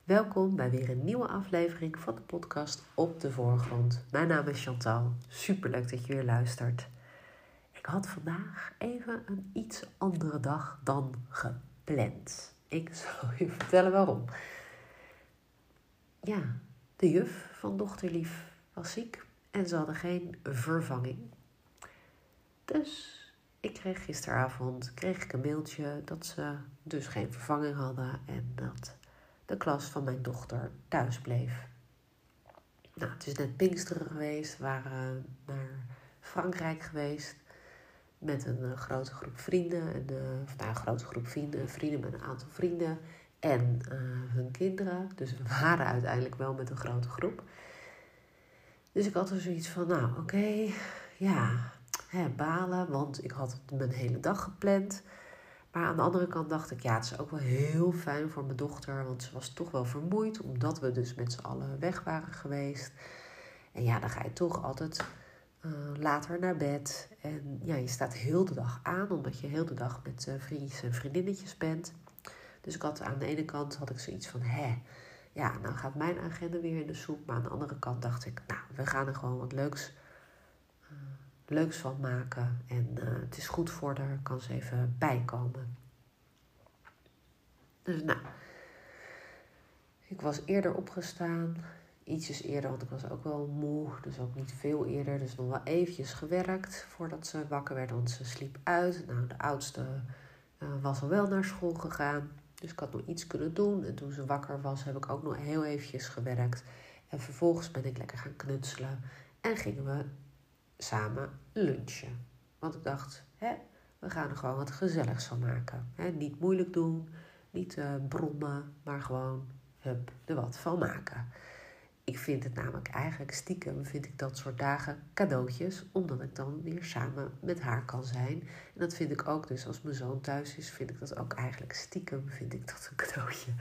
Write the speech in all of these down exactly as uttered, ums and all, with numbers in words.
Welkom bij weer een nieuwe aflevering van de podcast Op de Voorgrond. Mijn naam is Chantal. Superleuk dat je weer luistert. Ik had vandaag even een iets andere dag dan gepland. Ik zal je vertellen waarom. Ja, de juf van dochterlief was ziek en ze hadden geen vervanging. Dus ik kreeg gisteravond kreeg ik een mailtje dat ze dus geen vervanging hadden en dat de klas van mijn dochter thuis bleef. Nou, het is net Pinksteren geweest. We waren naar Frankrijk geweest met een uh, grote groep vrienden. En, uh, of nou, een grote groep vrienden, vrienden met een aantal vrienden en uh, hun kinderen. Dus we waren uiteindelijk wel met een grote groep. Dus ik had er zoiets van, nou oké, okay, ja, hè, balen, want ik had mijn hele dag gepland. Maar aan de andere kant dacht ik, ja, het is ook wel heel fijn voor mijn dochter. Want ze was toch wel vermoeid, omdat we dus met z'n allen weg waren geweest. En ja, dan ga je toch altijd uh, later naar bed. En ja, je staat heel de dag aan, omdat je heel de dag met uh, vriendjes en vriendinnetjes bent. Dus ik had aan de ene kant had ik zoiets van, hè, ja, nou gaat mijn agenda weer in de soep. Maar aan de andere kant dacht ik, nou, we gaan er gewoon wat leuks leuks van maken. En uh, het is goed voor haar, kan ze even bijkomen. Dus nou, ik was eerder opgestaan. Ietsjes eerder, want ik was ook wel moe. Dus ook niet veel eerder. Dus nog wel eventjes gewerkt voordat ze wakker werd. Want ze sliep uit. Nou, de oudste uh, was al wel naar school gegaan. Dus ik had nog iets kunnen doen. En toen ze wakker was, heb ik ook nog heel eventjes gewerkt. En vervolgens ben ik lekker gaan knutselen. En gingen we samen lunchen. Want ik dacht, hè, we gaan er gewoon wat gezelligs van maken. Hè, niet moeilijk doen, niet uh, brommen, maar gewoon hup, er wat van maken. Ik vind het namelijk eigenlijk stiekem, vind ik dat soort dagen cadeautjes, omdat ik dan weer samen met haar kan zijn. En dat vind ik ook, dus als mijn zoon thuis is, vind ik dat ook eigenlijk stiekem, vind ik dat een cadeautje.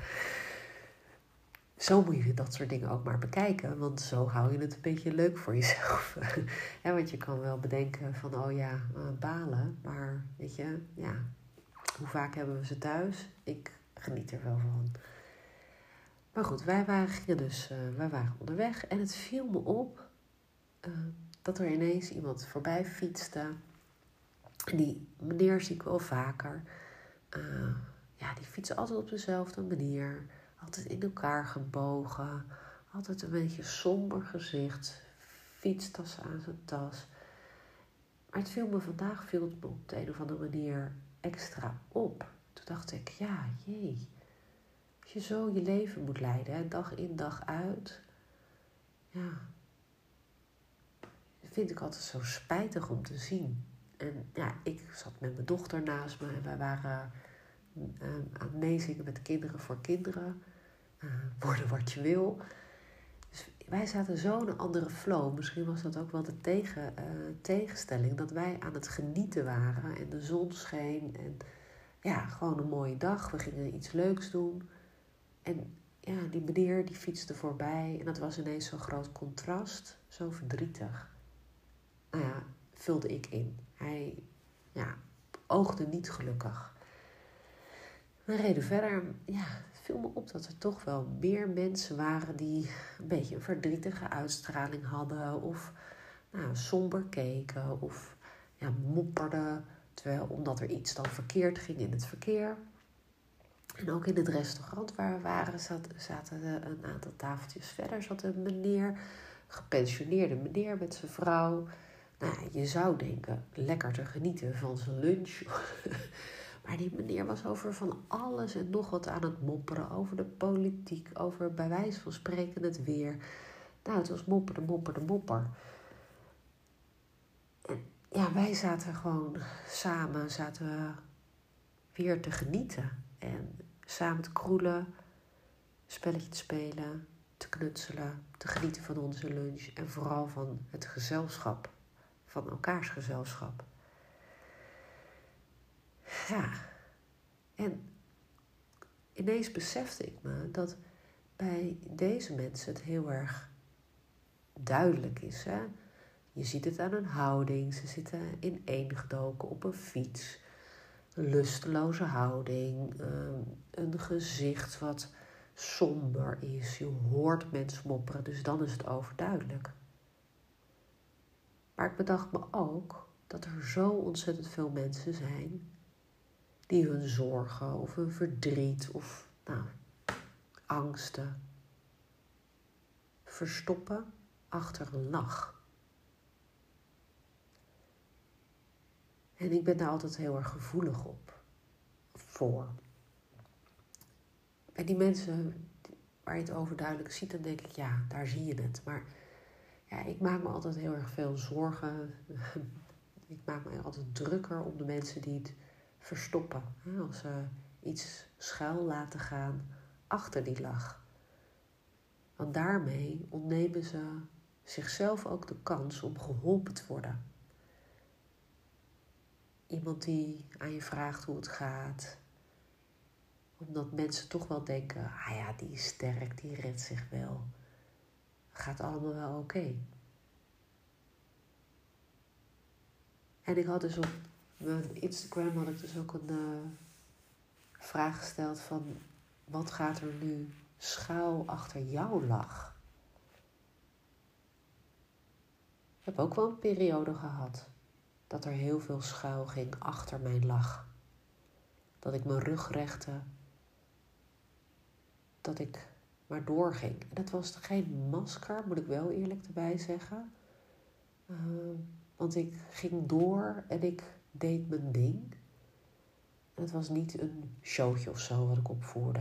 Zo moet je dat soort dingen ook maar bekijken. Want zo hou je het een beetje leuk voor jezelf. Ja, want je kan wel bedenken van, oh ja, uh, balen. Maar weet je, ja, hoe vaak hebben we ze thuis? Ik geniet er wel van. Maar goed, wij waren, gingen dus, uh, wij waren onderweg. En het viel me op uh, dat er ineens iemand voorbij fietste. En die meneer zie ik wel vaker. Uh, ja, die fietsen altijd op dezelfde manier. Altijd in elkaar gebogen. Altijd een beetje somber gezicht. Fietstas aan zijn tas. Maar het viel me vandaag viel het me op de een of andere manier extra op. Toen dacht ik, ja, jee. Als je zo je leven moet leiden, hè, dag in dag uit. Ja. Dat vind ik altijd zo spijtig om te zien. En ja, ik zat met mijn dochter naast me. En wij waren uh, aan het meezingen met kinderen voor kinderen. Uh, worden wat je wil. Dus wij zaten zo in een andere flow. Misschien was dat ook wel de tegen, uh, tegenstelling. Dat wij aan het genieten waren. En de zon scheen. En ja, gewoon een mooie dag. We gingen iets leuks doen. En ja, die meneer die fietste voorbij. En dat was ineens zo'n groot contrast. Zo verdrietig. Nou ja, vulde ik in. Hij ja, oogde niet gelukkig. We reden verder. Ja, het viel me op dat er toch wel meer mensen waren die een beetje een verdrietige uitstraling hadden. Of nou, somber keken. Of ja, mopperden. Terwijl omdat er iets dan verkeerd ging in het verkeer. En ook in het restaurant waar we waren zat, zaten een aantal tafeltjes verder. Zat een meneer, gepensioneerde meneer met zijn vrouw. Nou, je zou denken, lekker te genieten van zijn lunch. Maar die meneer was over van alles en nog wat aan het mopperen. Over de politiek, over bij wijze van spreken het weer. Nou, het was mopper, de mopper, de mopper. En ja, wij zaten gewoon samen, zaten we weer te genieten. En samen te kroelen, spelletje te spelen, te knutselen, te genieten van onze lunch. En vooral van het gezelschap, van elkaars gezelschap. Ja, en ineens besefte ik me dat bij deze mensen het heel erg duidelijk is. Hè? Je ziet het aan hun houding. Ze zitten ineengedoken op een fiets. Een lusteloze houding. Een gezicht wat somber is. Je hoort mensen mopperen, dus dan is het overduidelijk. Maar ik bedacht me ook dat er zo ontzettend veel mensen zijn die hun zorgen of hun verdriet of nou, angsten verstoppen achter een lach. En ik ben daar altijd heel erg gevoelig op, voor. En die mensen waar je het overduidelijk ziet, dan denk ik, ja, daar zie je het. Maar ja, ik maak me altijd heel erg veel zorgen. Ik maak me altijd drukker om de mensen die het verstoppen. Als ze iets schuil laten gaan achter die lach. Want daarmee ontnemen ze zichzelf ook de kans om geholpen te worden. Iemand die aan je vraagt hoe het gaat. Omdat mensen toch wel denken, ah ja, die is sterk, die redt zich wel. Gaat allemaal wel oké. Okay. En ik had dus op mijn Instagram had ik dus ook een uh, vraag gesteld van, wat gaat er nu schuil achter jouw lach? Ik heb ook wel een periode gehad dat er heel veel schuil ging achter mijn lach. Dat ik mijn rug rechtte. Dat ik maar doorging. En dat was geen masker, moet ik wel eerlijk erbij zeggen. Uh, want ik ging door en ik deed mijn ding. En het was niet een showtje of zo wat ik opvoerde.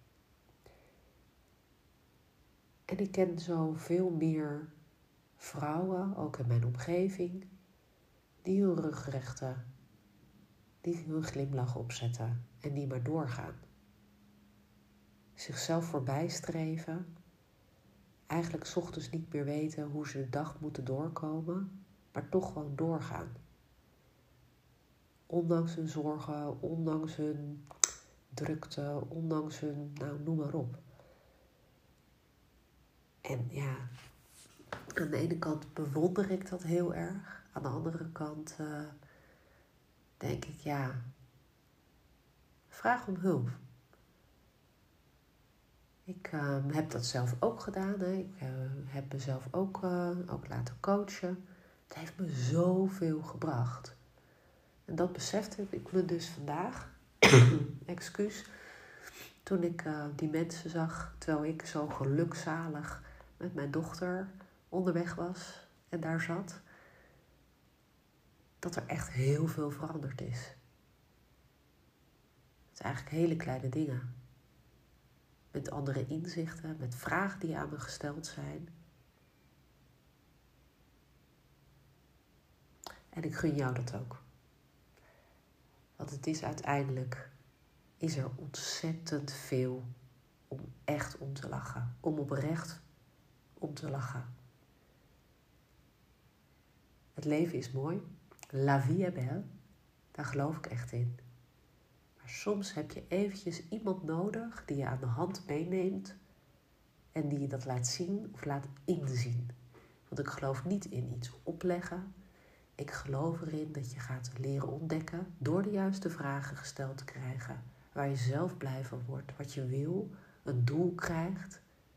En ik ken zo veel meer vrouwen, ook in mijn omgeving, die hun rug rechten, die hun glimlach opzetten en die maar doorgaan. Zichzelf voorbij streven, eigenlijk 's ochtends niet meer weten hoe ze de dag moeten doorkomen, maar toch gewoon doorgaan. Ondanks hun zorgen, ondanks hun drukte, ondanks hun, nou noem maar op. En ja, aan de ene kant bewonder ik dat heel erg. Aan de andere kant uh, denk ik, ja, vraag om hulp. Ik uh, heb dat zelf ook gedaan. Hè. Ik uh, heb mezelf ook, uh, ook laten coachen. Het heeft me zoveel gebracht. En dat besefte ik me dus vandaag, excuus, toen ik uh, die mensen zag, terwijl ik zo gelukzalig met mijn dochter onderweg was en daar zat, dat er echt heel veel veranderd is. Het zijn eigenlijk hele kleine dingen. Met andere inzichten, met vragen die aan me gesteld zijn. En ik gun jou dat ook. Want het is uiteindelijk, is er ontzettend veel om echt om te lachen. Om oprecht om te lachen. Het leven is mooi. La vie est belle. Daar geloof ik echt in. Maar soms heb je eventjes iemand nodig die je aan de hand meeneemt. En die je dat laat zien of laat inzien. Want ik geloof niet in iets opleggen. Ik geloof erin dat je gaat leren ontdekken door de juiste vragen gesteld te krijgen. Waar je zelf blij van wordt, wat je wil, een doel krijgt.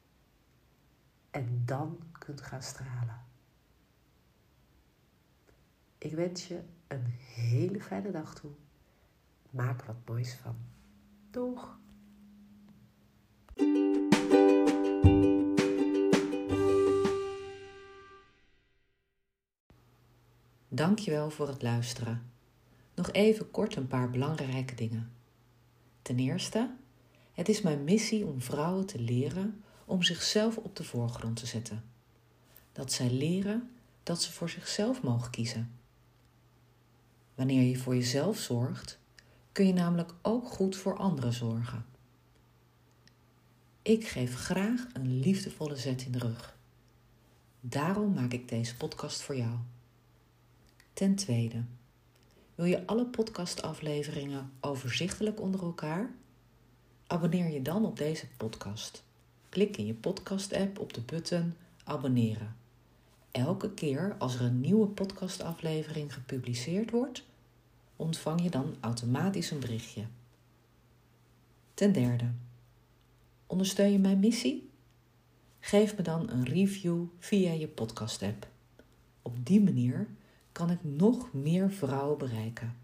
En dan kunt gaan stralen. Ik wens je een hele fijne dag toe. Maak er wat moois van. Doeg! Dankjewel voor het luisteren. Nog even kort een paar belangrijke dingen. Ten eerste, het is mijn missie om vrouwen te leren om zichzelf op de voorgrond te zetten. Dat zij leren dat ze voor zichzelf mogen kiezen. Wanneer je voor jezelf zorgt, kun je namelijk ook goed voor anderen zorgen. Ik geef graag een liefdevolle zet in de rug. Daarom maak ik deze podcast voor jou. Ten tweede, wil je alle podcastafleveringen overzichtelijk onder elkaar? Abonneer je dan op deze podcast. Klik in je podcast-app op de button abonneren. Elke keer als er een nieuwe podcastaflevering gepubliceerd wordt, ontvang je dan automatisch een berichtje. Ten derde, Ondersteun je mijn missie? Geef me dan een review via je podcast-app. Op die manier kan ik nog meer vrouwen bereiken.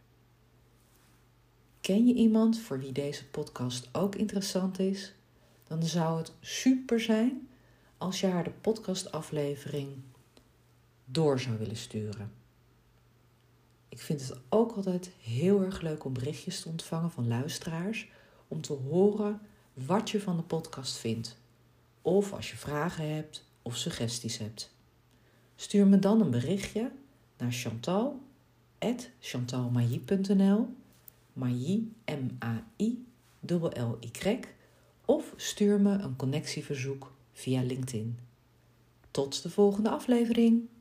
Ken je iemand voor wie deze podcast ook interessant is? Dan zou het super zijn als je haar de podcastaflevering door zou willen sturen. Ik vind het ook altijd heel erg leuk om berichtjes te ontvangen van luisteraars, om te horen wat je van de podcast vindt. Of als je vragen hebt of suggesties hebt. Stuur me dan een berichtje naar Chantal at chantalmailly punt n l, Mailly, M A I L L Y, of stuur me een connectieverzoek via LinkedIn. Tot de volgende aflevering!